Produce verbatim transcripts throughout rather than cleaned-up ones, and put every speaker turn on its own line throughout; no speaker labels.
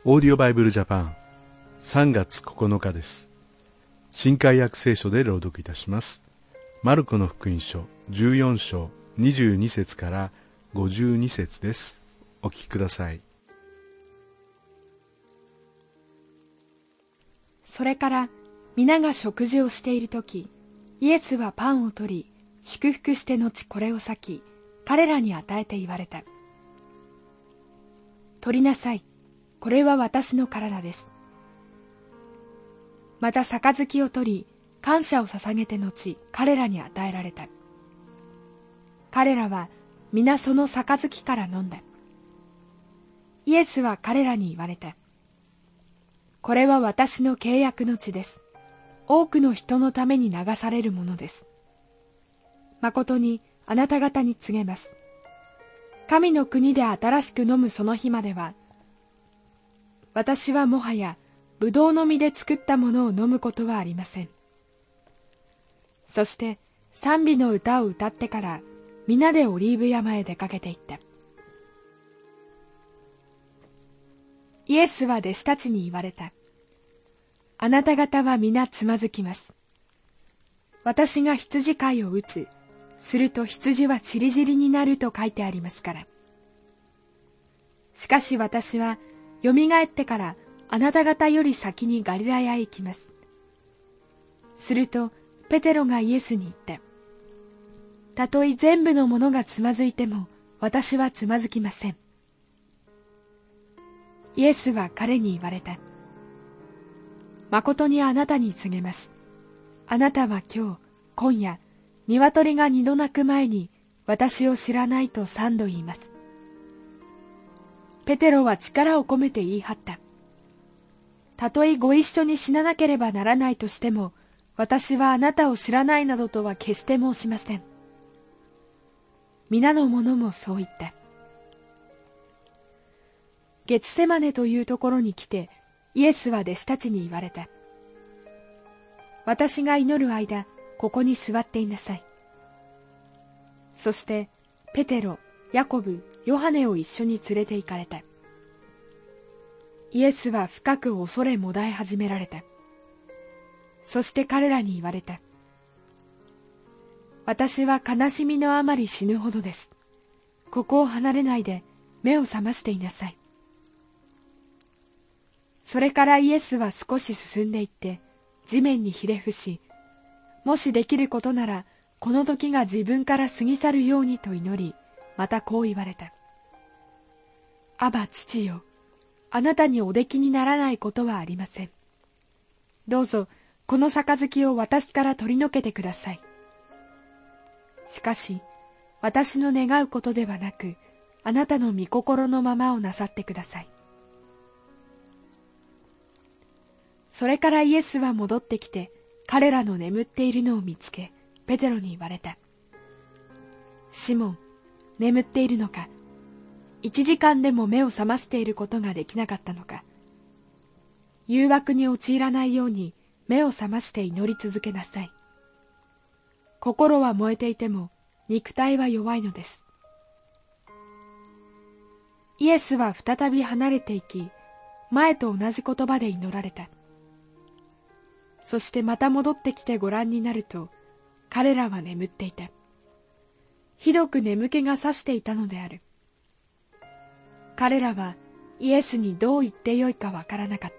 オーディオバイブルジャパンさんがつここのかです。新海約聖書で朗読いたします。マルコの福音書じゅうよんしょうにじゅうにせつからごじゅうにせつです。お聞きください。
それから皆が食事をしているとき、イエスはパンを取り、祝福して後これを裂き、彼らに与えて言われた。取りなさい。これは私の体です。また杯を取り、感謝を捧げて後、彼らに与えられた。彼らは皆その杯から飲んだ。イエスは彼らに言われた。これは私の契約の血です。多くの人のために流されるものです。誠にあなた方に告げます。神の国で新しく飲むその日までは、私はもはやブドウの実で作ったものを飲むことはありません。そして賛美の歌を歌ってから皆でオリーブ山へ出かけていった。イエスは弟子たちに言われた。あなた方は皆つまずきます。私が羊飼いを打つ。すると羊はちりぢりになると書いてありますから。しかし私はよみがえってからあなた方より先にガリラヤへ行きます。するとペテロがイエスに言った。たとえ全部のものがつまずいても私はつまずきません。イエスは彼に言われた。誠にあなたに告げます。あなたは今日、今夜、鶏が二度鳴く前に私を知らないと三度言います。ペテロは力を込めて言い張った。たとえご一緒に死ななければならないとしても、私はあなたを知らないなどとは決して申しません。皆の者もそう言った。ゲツセマネというところに来て、イエスは弟子たちに言われた。私が祈る間、ここに座っていなさい。そしてペテロ、ヤコブ、ヨハネを一緒に連れて行かれた。イエスは深く恐れもだえ始められた。そして彼らに言われた。私は悲しみのあまり死ぬほどです。ここを離れないで目を覚ましていなさい。それからイエスは少し進んでいって地面にひれ伏し、もしできることならこの時が自分から過ぎ去るようにと祈り、またこう言われた。アバ父よ、あなたにおできにならないことはありません。どうぞこの杯を私から取り除けてください。しかし私の願うことではなく、あなたの御心のままをなさってください。それからイエスは戻ってきて、彼らの眠っているのを見つけ、ペテロに言われた。シモン、眠っているのか。一時間でも目を覚ましていることができなかったのか。誘惑に陥らないように目を覚まして祈り続けなさい。心は燃えていても肉体は弱いのです。イエスは再び離れていき、前と同じ言葉で祈られた。そしてまた戻ってきてご覧になると、彼らは眠っていた。ひどく眠気がさしていたのである。彼らはイエスにどう言ってよいかわからなかった。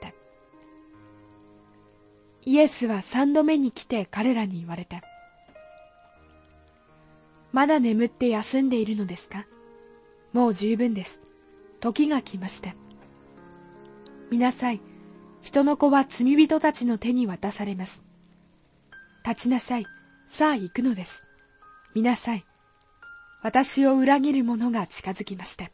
イエスは三度目に来て彼らに言われた。まだ眠って休んでいるのですか？もう十分です。時が来ました。見なさい。人の子は罪人たちの手に渡されます。立ちなさい。さあ行くのです。見なさい。私を裏切る者が近づきました。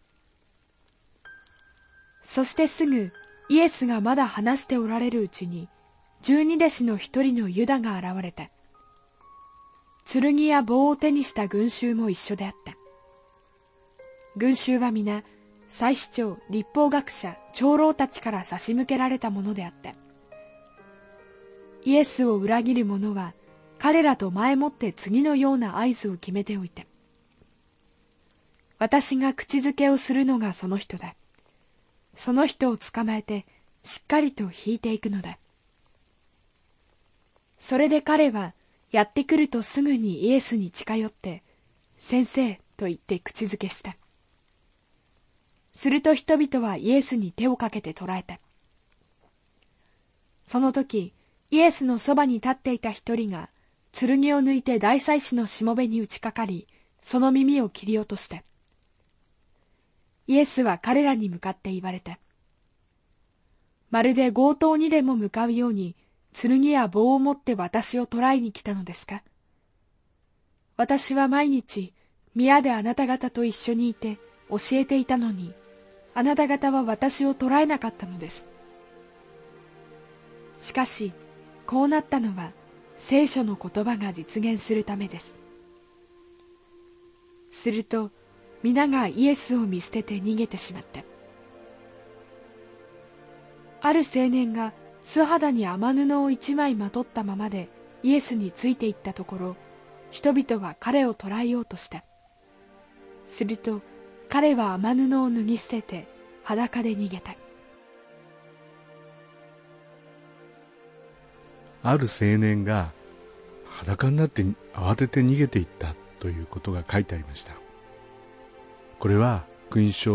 そしてすぐイエスがまだ話しておられるうちに、十二弟子の一人のユダが現れた。剣や棒を手にした群衆も一緒であった。群衆は皆、祭司長、律法学者、長老たちから差し向けられたものであった。イエスを裏切る者は、彼らと前もって次のような合図を決めておいた。私が口づけをするのがその人だ。 その人を捕まえてしっかりと引いていくのだ。それで彼はやってくるとすぐにイエスに近寄って、先生と言って口づけした。すると人々はイエスに手をかけて捕らえた。その時、イエスのそばに立っていた一人が、剣を抜いて大祭司のしもべに打ちかかり、その耳を切り落とした。イエスは彼らに向かって言われた。まるで強盗にでも向かうように、剣や棒を持って私を捕らえに来たのですか？私は毎日、宮であなた方と一緒にいて教えていたのに、あなた方は私を捕らえなかったのです。しかし、こうなったのは、聖書の言葉が実現するためです。すると、皆がイエスを見捨てて逃げてしまった。ある青年が素肌に雨布を一枚まとったままでイエスについていったところ、人々は彼を捕らえようとした。すると彼は雨布を脱ぎ捨てて裸で逃げた。
ある青年が裸になって慌てて逃げていったということが書いてありました。これは福音書